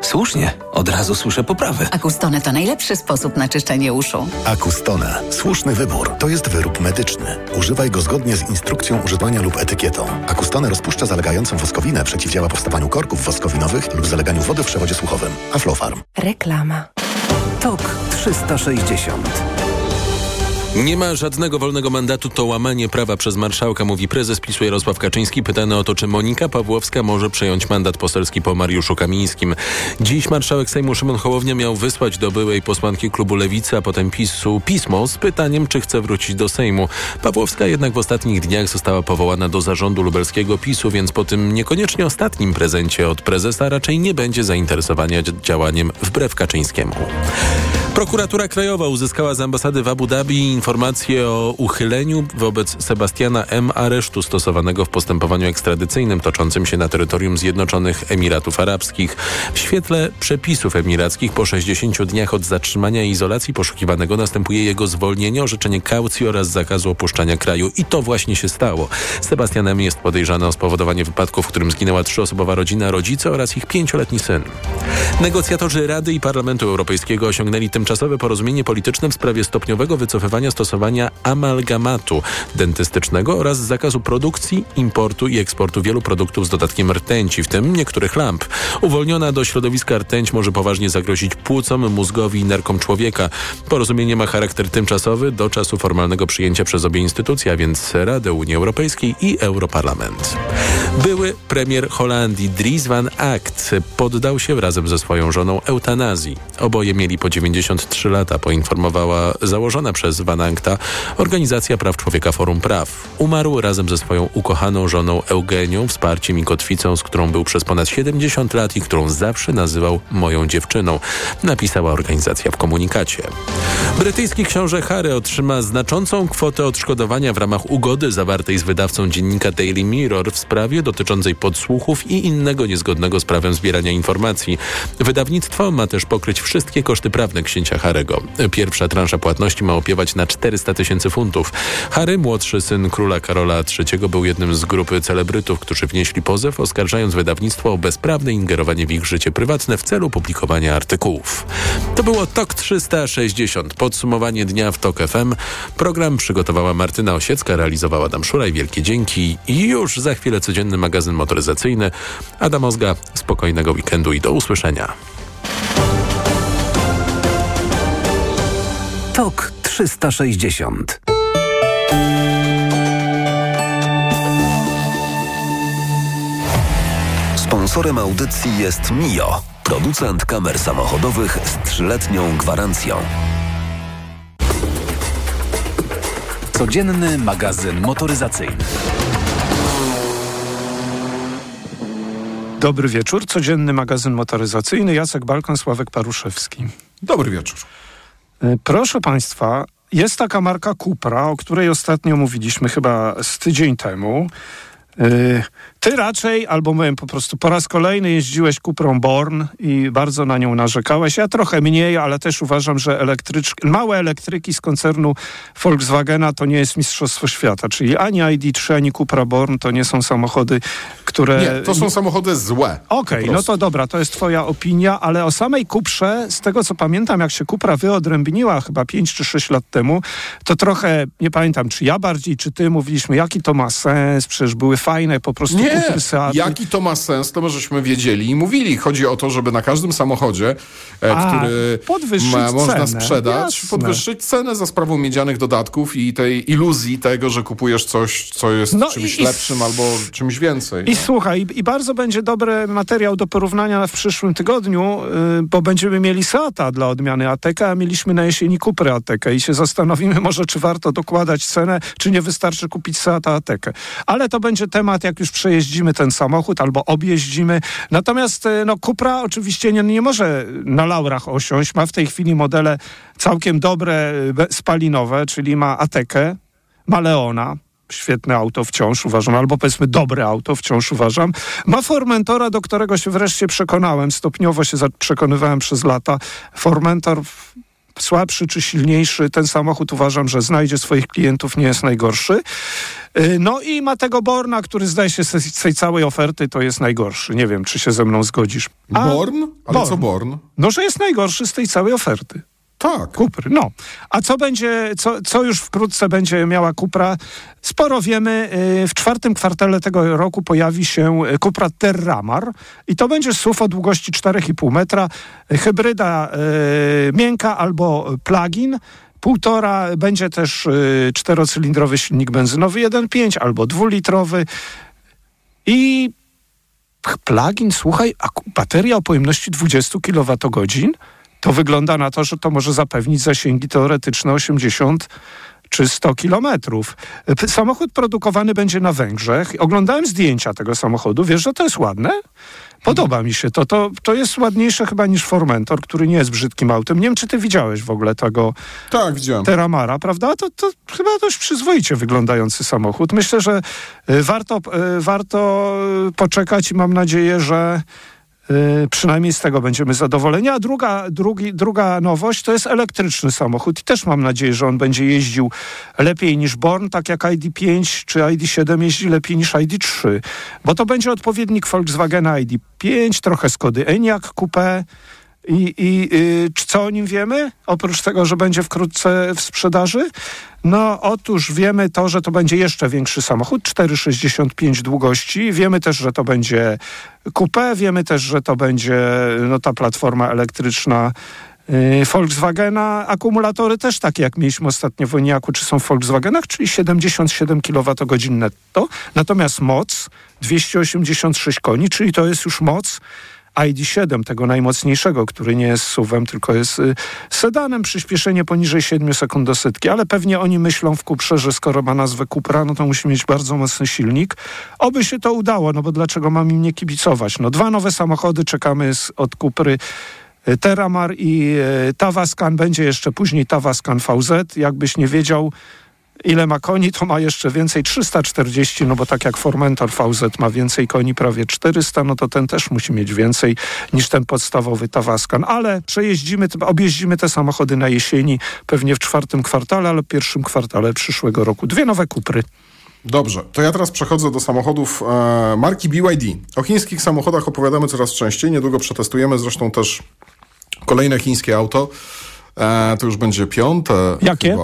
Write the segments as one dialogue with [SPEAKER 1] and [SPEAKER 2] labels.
[SPEAKER 1] Słusznie, od razu słyszę poprawę.
[SPEAKER 2] Acustone to najlepszy sposób na czyszczenie uszu.
[SPEAKER 3] Acustone. Słuszny wybór. To jest wyrób medyczny. Używaj go zgodnie z instrukcją używania lub etykietą. Acustone rozpuszcza zalegającą woskowinę, przeciwdziała powstawaniu korków woskowinowych lub zaleganiu wody w przewodzie słuchowym. Aflofarm.
[SPEAKER 4] Reklama. TOK 360.
[SPEAKER 5] Nie ma żadnego wolnego mandatu, to łamanie prawa przez marszałka, mówi prezes PiS-u Jarosław Kaczyński, pytany o to, czy Monika Pawłowska może przejąć mandat poselski po Mariuszu Kamińskim. Dziś marszałek Sejmu Szymon Hołownia miał wysłać do byłej posłanki klubu Lewicy, a potem PiS-u pismo z pytaniem, czy chce wrócić do Sejmu. Pawłowska jednak w ostatnich dniach została powołana do zarządu lubelskiego PiS-u, więc po tym niekoniecznie ostatnim prezencie od prezesa raczej nie będzie zainteresowania działaniem wbrew Kaczyńskiemu. Prokuratura Krajowa uzyskała z ambasady w Abu Dhabi informację o uchyleniu wobec Sebastiana M. aresztu stosowanego w postępowaniu ekstradycyjnym toczącym się na terytorium Zjednoczonych Emiratów Arabskich. W świetle przepisów emirackich po 60 dniach od zatrzymania i izolacji poszukiwanego następuje jego zwolnienie, orzeczenie kaucji oraz zakazu opuszczania kraju. I to właśnie się stało. Sebastian M. jest podejrzany o spowodowanie wypadku, w którym zginęła 3-osobowa rodzina, rodzice oraz ich 5-letni syn. Negocjatorzy Rady i Parlamentu Europejskiego osiągnęli tymczasowe porozumienie polityczne w sprawie stopniowego wycofywania stosowania amalgamatu dentystycznego oraz zakazu produkcji, importu i eksportu wielu produktów z dodatkiem rtęci, w tym niektórych lamp. Uwolniona do środowiska rtęć może poważnie zagrozić płucom, mózgowi i nerkom człowieka. Porozumienie ma charakter tymczasowy do czasu formalnego przyjęcia przez obie instytucje, a więc Radę Unii Europejskiej i Europarlament. Były premier Holandii Dries van Agt poddał się razem ze swoją żoną eutanazji. Oboje mieli po 93 lata, poinformowała założona przez Van Agta Organizacja Praw Człowieka Forum Praw. Umarł razem ze swoją ukochaną żoną Eugenią, wsparciem i kotwicą, z którą był przez ponad 70 lat i którą zawsze nazywał moją dziewczyną, napisała organizacja w komunikacie. Brytyjski książę Harry otrzyma znaczącą kwotę odszkodowania w ramach ugody zawartej z wydawcą dziennika Daily Mirror w sprawie dotyczącej podsłuchów i innego niezgodnego z prawem zbierania informacji. Wydawnictwo ma też pokryć wszystkie koszty prawne księcia Harry'ego. Pierwsza transza płatności ma opiewać na 400 000 funtów. Harry, młodszy syn króla Karola III, był jednym z grupy celebrytów, którzy wnieśli pozew, oskarżając wydawnictwo o bezprawne ingerowanie w ich życie prywatne w celu publikowania artykułów. To było TOK 360. Podsumowanie dnia w TOK FM. Program przygotowała Martyna Osiecka, realizowała Adam Szuraj. Wielkie dzięki. I już za chwilę codzienny magazyn motoryzacyjny. Adam Ozga, spokojnego weekendu i do usłyszenia.
[SPEAKER 4] TOK 360.
[SPEAKER 3] Sponsorem audycji jest Mio, producent kamer samochodowych z 3-letnią gwarancją.
[SPEAKER 4] Codzienny magazyn motoryzacyjny.
[SPEAKER 6] Dobry wieczór, codzienny magazyn motoryzacyjny. Jacek Balkon, Sławek Paruszewski.
[SPEAKER 7] Dobry wieczór.
[SPEAKER 6] Proszę Państwa, jest taka marka Cupra, o której ostatnio mówiliśmy chyba z tydzień temu. Ty raczej, albo mówię po prostu po raz kolejny jeździłeś Cuprą Born i bardzo na nią narzekałeś. Ja trochę mniej, ale też uważam, że małe elektryki z koncernu Volkswagena to nie jest mistrzostwo świata. Czyli ani ID3, ani Cupra Born to nie są samochody, które...
[SPEAKER 7] Nie, to są samochody złe.
[SPEAKER 6] Okej, no to dobra, to jest twoja opinia, ale o samej Cuprze, z tego co pamiętam, jak się Cupra wyodrębniła chyba 5 czy 6 lat temu, to trochę, nie pamiętam, czy ja bardziej, czy ty mówiliśmy, jaki to ma sens, przecież były fajne po prostu Cupry Seaty.
[SPEAKER 7] Jaki to ma sens, to my żeśmy wiedzieli i mówili. Chodzi o to, żeby na każdym samochodzie, który można sprzedać, jasne, podwyższyć cenę za sprawą miedzianych dodatków i tej iluzji tego, że kupujesz coś, co jest czymś lepszym albo czymś więcej.
[SPEAKER 6] I słuchaj, i bardzo będzie dobry materiał do porównania w przyszłym tygodniu, bo będziemy mieli Seata dla odmiany Ateca, a mieliśmy na jesieni Cuprę Ateca i się zastanowimy może, czy warto dokładać cenę, czy nie wystarczy kupić Seata Ateca. Ale to będzie temat, jak już przejeździmy ten samochód albo objeździmy. Natomiast Cupra oczywiście nie może na laurach osiąść. Ma w tej chwili modele całkiem dobre, spalinowe, czyli ma Atecę, ma Leona, świetne auto wciąż uważam, albo powiedzmy dobre auto wciąż uważam. Ma Formentora, do którego się wreszcie przekonałem. Stopniowo się przekonywałem przez lata. Formentor słabszy czy silniejszy, ten samochód uważam, że znajdzie swoich klientów, nie jest najgorszy. No i ma tego Borna, który zdaje się z tej całej oferty to jest najgorszy. Nie wiem, czy się ze mną zgodzisz.
[SPEAKER 7] Born? Ale Born. Co Born?
[SPEAKER 6] No, że jest najgorszy z tej całej oferty.
[SPEAKER 7] Tak.
[SPEAKER 6] Cupry, no. A co będzie, co już wkrótce będzie miała Cupra? Sporo wiemy. W 4. kwartale tego roku pojawi się Cupra Terramar i to będzie SUV o długości 4,5 metra, hybryda miękka albo plug-in. 1,5 będzie też 4-cylindrowy silnik benzynowy 1.5 albo 2-litrowy i plug-in, słuchaj, a bateria o pojemności 20 kWh. To wygląda na to, że to może zapewnić zasięgi teoretyczne 80 czy 100 kilometrów. Samochód produkowany będzie na Węgrzech. Oglądałem zdjęcia tego samochodu. Wiesz, że to jest ładne? Podoba mi się to. To jest ładniejsze chyba niż Formentor, który nie jest brzydkim autem. Nie wiem, czy ty widziałeś w ogóle tego Terramara, prawda? To chyba dość przyzwoicie wyglądający samochód. Myślę, że warto poczekać i mam nadzieję, że przynajmniej z tego będziemy zadowoleni. A druga nowość to jest elektryczny samochód i też mam nadzieję, że on będzie jeździł lepiej niż Born, tak jak ID5 czy ID7 jeździ lepiej niż ID3, bo to będzie odpowiednik Volkswagena ID5, trochę Skody Enyaq Coupé. Co o nim wiemy? Oprócz tego, że będzie wkrótce w sprzedaży? No otóż wiemy to, że to będzie jeszcze większy samochód, 4,65 długości. Wiemy też, że to będzie coupé. Wiemy też, że to będzie ta platforma elektryczna Volkswagena. Akumulatory też takie, jak mieliśmy ostatnio w Enyaqu, czy są w Volkswagenach, czyli 77 kWh netto. Natomiast moc 286 koni, czyli to jest już moc ID7, tego najmocniejszego, który nie jest SUV-em, tylko jest sedanem, przyspieszenie poniżej 7 sekund do setki, ale pewnie oni myślą w Cuprze, że skoro ma nazwę Cupra, no to musi mieć bardzo mocny silnik. Oby się to udało, no bo dlaczego mam im nie kibicować? No 2 nowe samochody czekamy od Cupry, Terramar i Tavascan, będzie jeszcze później Tavascan VZ, jakbyś nie wiedział, ile ma koni, to ma jeszcze więcej, 340, no bo tak jak Formentor VZ ma więcej koni, prawie 400, no to ten też musi mieć więcej niż ten podstawowy Tavascan. Ale objeździmy te samochody na jesieni, pewnie w 4. kwartale, ale w 1. kwartale przyszłego roku. 2 nowe Cupry.
[SPEAKER 7] Dobrze, to ja teraz przechodzę do samochodów marki BYD. O chińskich samochodach opowiadamy coraz częściej, niedługo przetestujemy zresztą też kolejne chińskie auto. To już będzie 5.
[SPEAKER 6] Jakie?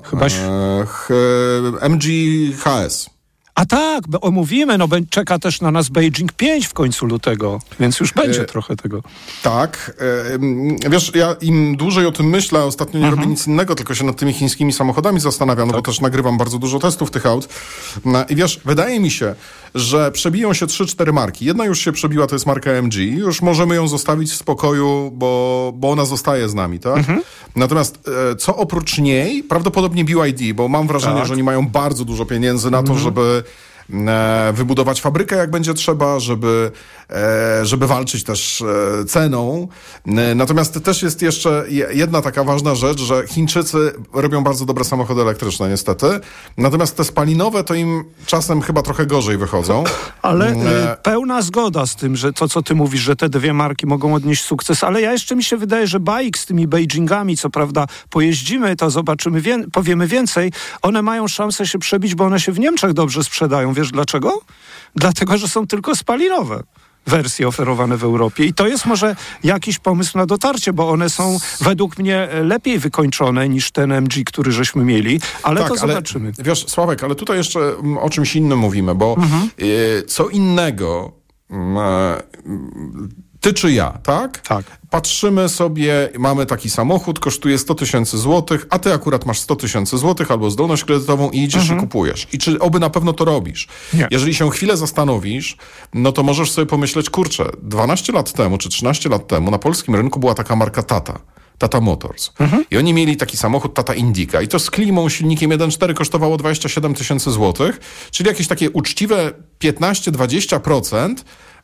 [SPEAKER 7] MG HS.
[SPEAKER 6] A tak, omówimy, czeka też na nas Beijing 5 w końcu lutego, więc już będzie trochę tego.
[SPEAKER 7] Tak. Wiesz, ja im dłużej o tym myślę, ostatnio nie robię nic innego, tylko się nad tymi chińskimi samochodami zastanawiam, bo też nagrywam bardzo dużo testów tych aut. I wiesz, wydaje mi się, że przebiją się 3-4 marki. Jedna już się przebiła, to jest marka MG. Już możemy ją zostawić w spokoju, bo ona zostaje z nami, tak? Natomiast co oprócz niej, prawdopodobnie BYD, bo mam wrażenie, że oni mają bardzo dużo pieniędzy na to, żeby wybudować fabrykę, jak będzie trzeba, żeby walczyć też ceną. Natomiast też jest jeszcze jedna taka ważna rzecz, że Chińczycy robią bardzo dobre samochody elektryczne, niestety. Natomiast te spalinowe to im czasem chyba trochę gorzej wychodzą.
[SPEAKER 6] Ale pełna zgoda z tym, że to, co ty mówisz, że te 2 marki mogą odnieść sukces, ale mi się wydaje, że bajk z tymi Beijingami, co prawda pojeździmy, to zobaczymy, powiemy więcej, one mają szansę się przebić, bo one się w Niemczech dobrze sprzedają. Wiesz dlaczego? Dlatego, że są tylko spalinowe wersje oferowane w Europie i to jest może jakiś pomysł na dotarcie, bo one są według mnie lepiej wykończone niż ten MG, który żeśmy mieli, ale tak, to zobaczymy.
[SPEAKER 7] Ale, wiesz, Sławek, ale tutaj jeszcze o czymś innym mówimy, bo co innego ty czy ja, tak?
[SPEAKER 6] Tak.
[SPEAKER 7] Patrzymy sobie, mamy taki samochód, kosztuje 100 000 złotych, a ty akurat masz 100 000 złotych albo zdolność kredytową i idziesz i kupujesz. I czy oby na pewno to robisz?
[SPEAKER 6] Nie.
[SPEAKER 7] Jeżeli się chwilę zastanowisz, no to możesz sobie pomyśleć, kurczę, 12 lat temu czy 13 lat temu na polskim rynku była taka marka Tata Motors. I oni mieli taki samochód Tata Indica i to z klimą, silnikiem 1.4 kosztowało 27 000 złotych, czyli jakieś takie uczciwe 15-20%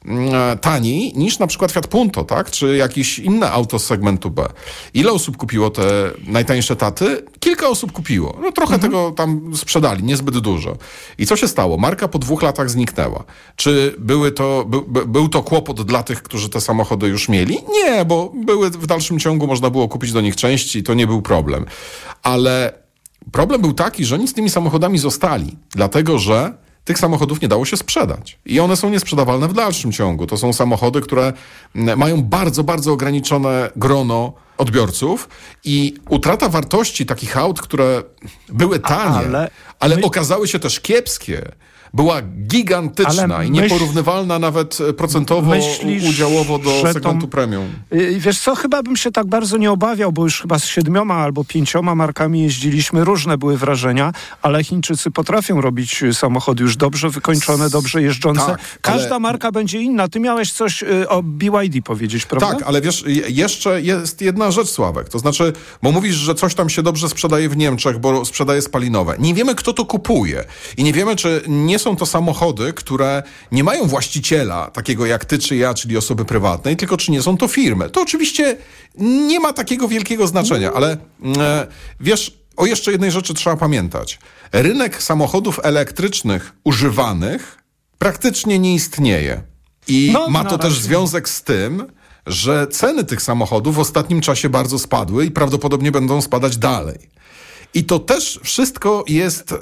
[SPEAKER 7] taniej niż na przykład Fiat Punto, tak? Czy jakieś inne auto z segmentu B. Ile osób kupiło te najtańsze Taty? Kilka osób kupiło. No trochę tego tam sprzedali, niezbyt dużo. I co się stało? Marka po 2 latach zniknęła. Czy był to kłopot dla tych, którzy te samochody już mieli? Nie, bo w dalszym ciągu można było kupić do nich części i to nie był problem. Ale problem był taki, że oni z tymi samochodami zostali, dlatego że tych samochodów nie dało się sprzedać. I one są niesprzedawalne w dalszym ciągu. To są samochody, które mają bardzo, bardzo ograniczone grono odbiorców i utrata wartości takich aut, które były tanie, ale okazały się też kiepskie, była gigantyczna i nieporównywalna nawet procentowo, udziałowo do segmentu premium.
[SPEAKER 6] Wiesz co, chyba bym się tak bardzo nie obawiał, bo już chyba z 7 albo 5 markami jeździliśmy, różne były wrażenia, ale Chińczycy potrafią robić samochody już dobrze wykończone, dobrze jeżdżące. Tak, każda marka będzie inna. Ty miałeś coś o BYD powiedzieć, prawda?
[SPEAKER 7] Tak, ale wiesz, jeszcze jest jedna rzecz, Sławek. To znaczy, bo mówisz, że coś tam się dobrze sprzedaje w Niemczech, bo sprzedaje spalinowe. Nie wiemy, kto to kupuje i nie wiemy, czy nie są to samochody, które nie mają właściciela, takiego jak ty czy ja, czyli osoby prywatnej, tylko czy nie są to firmy. To oczywiście nie ma takiego wielkiego znaczenia, ale wiesz, o jeszcze jednej rzeczy trzeba pamiętać. Rynek samochodów elektrycznych używanych praktycznie nie istnieje. I ma to też związek z tym, że ceny tych samochodów w ostatnim czasie bardzo spadły i prawdopodobnie będą spadać dalej. I to też wszystko jest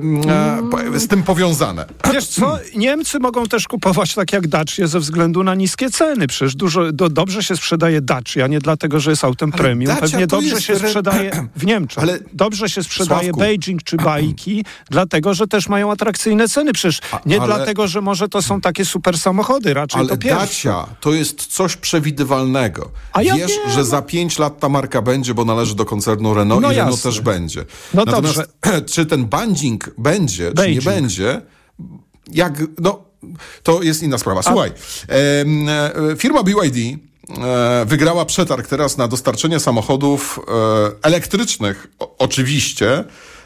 [SPEAKER 7] z tym powiązane.
[SPEAKER 6] Wiesz co, Niemcy mogą też kupować tak jak Dacia ze względu na niskie ceny. Przecież dobrze się sprzedaje Dacia, nie dlatego, że jest autem premium. Pewnie dobrze się sprzedaje w Niemczech. Ale dobrze się sprzedaje Sławku. Beijing czy Bajki, dlatego, że też mają atrakcyjne ceny. Przecież nie dlatego, że może to są takie super samochody, raczej to pierwsze.
[SPEAKER 7] Dacia to jest coś przewidywalnego. Wiesz, że za 5 lat ta marka będzie, bo należy do koncernu Renault i Renault też będzie. Natomiast czy ten Banding będzie, czy nie będzie, to jest inna sprawa. Słuchaj, firma BYD wygrała przetarg teraz na dostarczenie samochodów elektrycznych, oczywiście,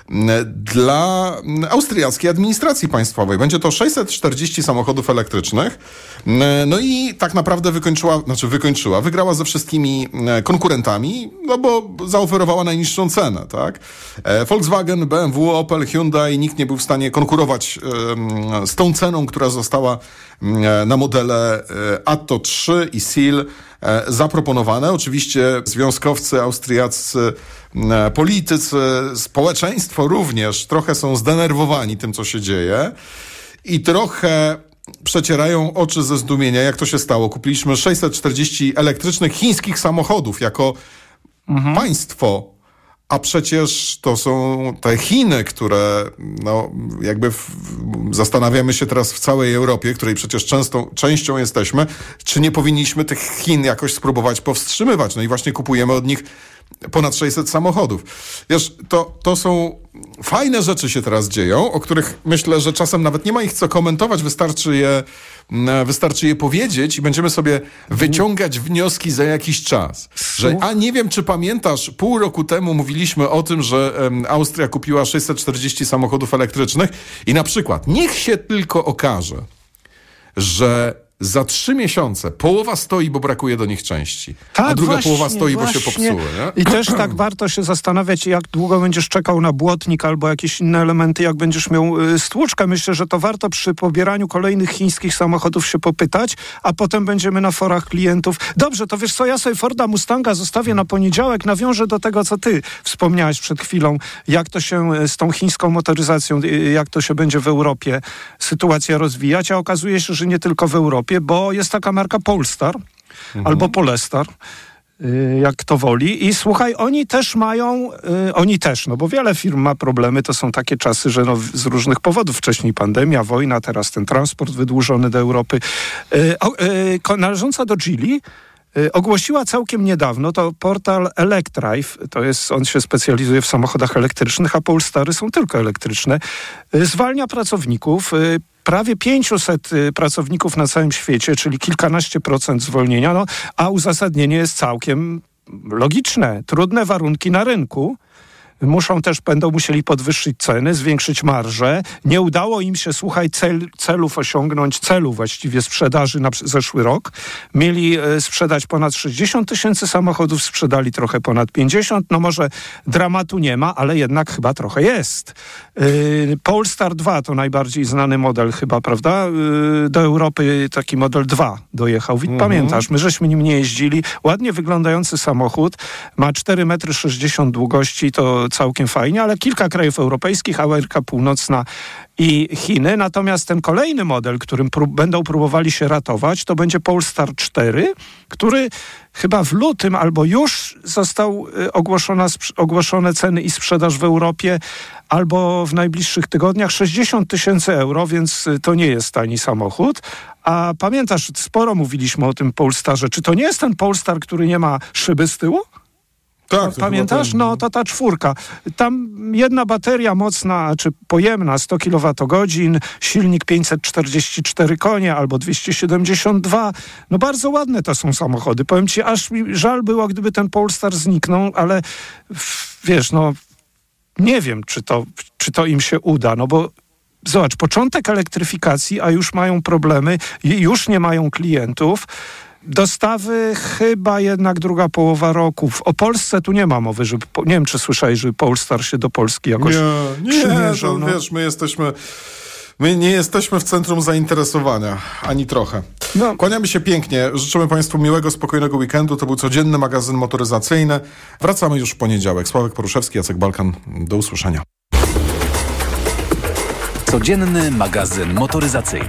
[SPEAKER 7] dla austriackiej administracji państwowej. Będzie to 640 samochodów elektrycznych. No i tak naprawdę wygrała ze wszystkimi konkurentami, no bo zaoferowała najniższą cenę, tak? Volkswagen, BMW, Opel, Hyundai, nikt nie był w stanie konkurować z tą ceną, która została na modele Atto 3 i Seal zaproponowane. Oczywiście związkowcy austriaccy, politycy, społeczeństwo również trochę są zdenerwowani tym, co się dzieje i trochę przecierają oczy ze zdumienia, jak to się stało. Kupiliśmy 640 elektrycznych chińskich samochodów jako państwo, a przecież to są te Chiny, które zastanawiamy się teraz w całej Europie, której przecież częścią jesteśmy, czy nie powinniśmy tych Chin jakoś spróbować powstrzymywać. No i właśnie kupujemy od nich ponad 600 samochodów. Wiesz, to są fajne rzeczy się teraz dzieją, o których myślę, że czasem nawet nie ma ich co komentować, wystarczy je powiedzieć i będziemy sobie wyciągać wnioski za jakiś czas. Nie wiem, czy pamiętasz, pół roku temu mówiliśmy o tym, że Austria kupiła 640 samochodów elektrycznych i na przykład niech się tylko okaże, że za 3 miesiące połowa stoi, bo brakuje do nich części, a druga połowa stoi, bo się popsuły. Nie?
[SPEAKER 6] I też tak warto się zastanawiać, jak długo będziesz czekał na błotnik albo jakieś inne elementy, jak będziesz miał stłuczkę. Myślę, że to warto przy pobieraniu kolejnych chińskich samochodów się popytać, a potem będziemy na forach klientów. Dobrze, to wiesz co, ja sobie Forda Mustanga zostawię na poniedziałek, nawiążę do tego, co ty wspomniałeś przed chwilą, jak to się z tą chińską motoryzacją, jak to się będzie w Europie sytuacja rozwijać, a okazuje się, że nie tylko w Europie, bo jest taka marka Polestar albo Polestar, jak kto woli. I słuchaj, oni też, bo wiele firm ma problemy, to są takie czasy, że z różnych powodów, wcześniej pandemia, wojna, teraz ten transport wydłużony do Europy. Należąca do Geely ogłosiła całkiem niedawno, to portal Electrive, on się specjalizuje w samochodach elektrycznych, a Polestary są tylko elektryczne, zwalnia pracowników, prawie 500 pracowników na całym świecie, czyli kilkanaście procent zwolnienia, a uzasadnienie jest całkiem logiczne. Trudne warunki na rynku, będą musieli podwyższyć ceny, zwiększyć marże. Nie udało im się, słuchaj, celu właściwie sprzedaży na zeszły rok. Mieli sprzedać ponad 60 tysięcy samochodów, sprzedali trochę ponad 50. No może dramatu nie ma, ale jednak chyba trochę jest. Polestar 2 to najbardziej znany model chyba, prawda? Do Europy taki model 2 dojechał. Pamiętasz, my żeśmy nim nie jeździli. Ładnie wyglądający samochód. Ma 4,60 m długości, to całkiem fajnie, ale kilka krajów europejskich, Ameryka Północna i Chiny. Natomiast ten kolejny model, którym będą próbowali się ratować, to będzie Polestar 4, który chyba w lutym albo już został ogłoszone ceny i sprzedaż w Europie, albo w najbliższych tygodniach 60 tysięcy euro, więc to nie jest tani samochód. A pamiętasz, sporo mówiliśmy o tym Polestarze. Czy to nie jest ten Polestar, który nie ma szyby z tyłu?
[SPEAKER 7] Tak,
[SPEAKER 6] pamiętasz? No to ta 4. Tam jedna bateria mocna, czy pojemna, 100 kWh, silnik 544 konie albo 272. No bardzo ładne to są samochody. Powiem ci, aż mi żal było, gdyby ten Polestar zniknął, ale wiesz, no nie wiem, czy to im się uda, no bo zobacz, początek elektryfikacji, a już mają problemy, już nie mają klientów. Dostawy chyba jednak druga połowa roku. O Polsce tu nie ma mowy, nie wiem, czy słyszałeś, żeby Polestar się do Polski jakoś przymierzał.
[SPEAKER 7] Nie, wiesz, my nie jesteśmy w centrum zainteresowania, ani trochę. No. Kłaniamy się pięknie, życzymy Państwu miłego, spokojnego weekendu. To był codzienny magazyn motoryzacyjny. Wracamy już w poniedziałek. Sławek Poruszewski, Jacek Balkan. Do usłyszenia.
[SPEAKER 4] Codzienny magazyn motoryzacyjny.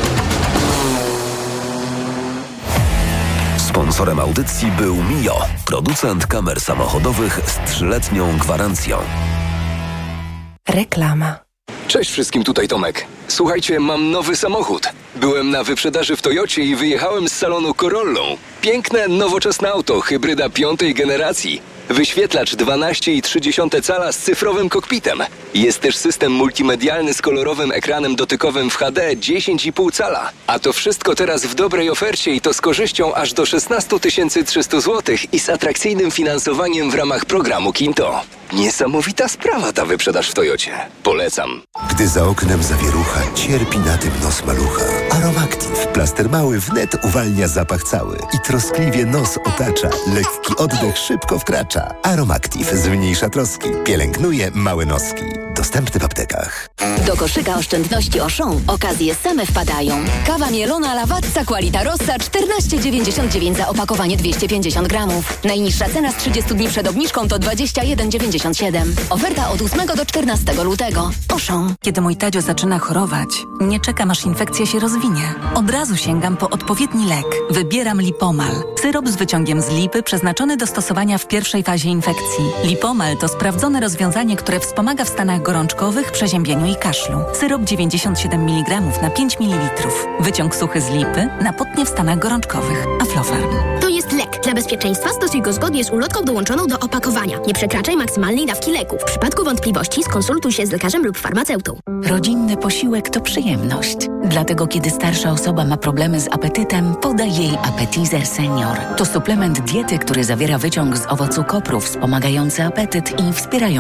[SPEAKER 8] Sponsorem audycji był Mio, producent kamer samochodowych z 3-letnią gwarancją.
[SPEAKER 2] Reklama.
[SPEAKER 9] Cześć wszystkim, tutaj Tomek. Słuchajcie, mam nowy samochód. Byłem na wyprzedaży w Toyocie i wyjechałem z salonu Corollą. Piękne, nowoczesne auto, hybryda 5. generacji. Wyświetlacz 12,3 cala z cyfrowym kokpitem. Jest też system multimedialny z kolorowym ekranem dotykowym w HD 10,5 cala. A to wszystko teraz w dobrej ofercie i to z korzyścią aż do 16 300 zł i z atrakcyjnym finansowaniem w ramach programu Kinto. Niesamowita sprawa ta wyprzedaż w Toyocie. Polecam.
[SPEAKER 10] Gdy za oknem zawierucha, cierpi na tym nos malucha. Aromactive, plaster mały wnet uwalnia zapach cały i troskliwie nos otacza. Lekki oddech szybko wkracza. Aromactive zmniejsza troski, pielęgnuje małe noski. Dostępny w aptekach.
[SPEAKER 11] Do koszyka oszczędności Auchan okazje same wpadają. Kawa mielona Lavazza Qualita Rossa 14,99 za opakowanie 250 gramów. Najniższa cena z 30 dni przed obniżką to 21,97. Oferta od 8 do 14 lutego. Auchan.
[SPEAKER 2] Kiedy mój Tadzio zaczyna chorować, nie czekam, aż infekcja się rozwinie. Od razu sięgam po odpowiedni lek. Wybieram Lipomal. Syrop z wyciągiem z lipy przeznaczony do stosowania w pierwszej fazie infekcji. Lipomal to sprawdzone rozwiązanie, które wspomaga w stanach gorączkowych, przeziębieniu i kaszlu. Syrop 97 mg na 5 ml. Wyciąg suchy z lipy na potnie w stanach gorączkowych. Aflofarm.
[SPEAKER 12] To jest lek. Dla bezpieczeństwa stosuj go zgodnie z ulotką dołączoną do opakowania. Nie przekraczaj maksymalnej dawki leku. W przypadku wątpliwości skonsultuj się z lekarzem lub farmaceutą.
[SPEAKER 2] Rodzinny posiłek to przyjemność. Dlatego kiedy starsza osoba ma problemy z apetytem, podaj jej Appetizer Senior. To suplement diety, który zawiera wyciąg z owocu kopru wspomagający apetyt i wspierający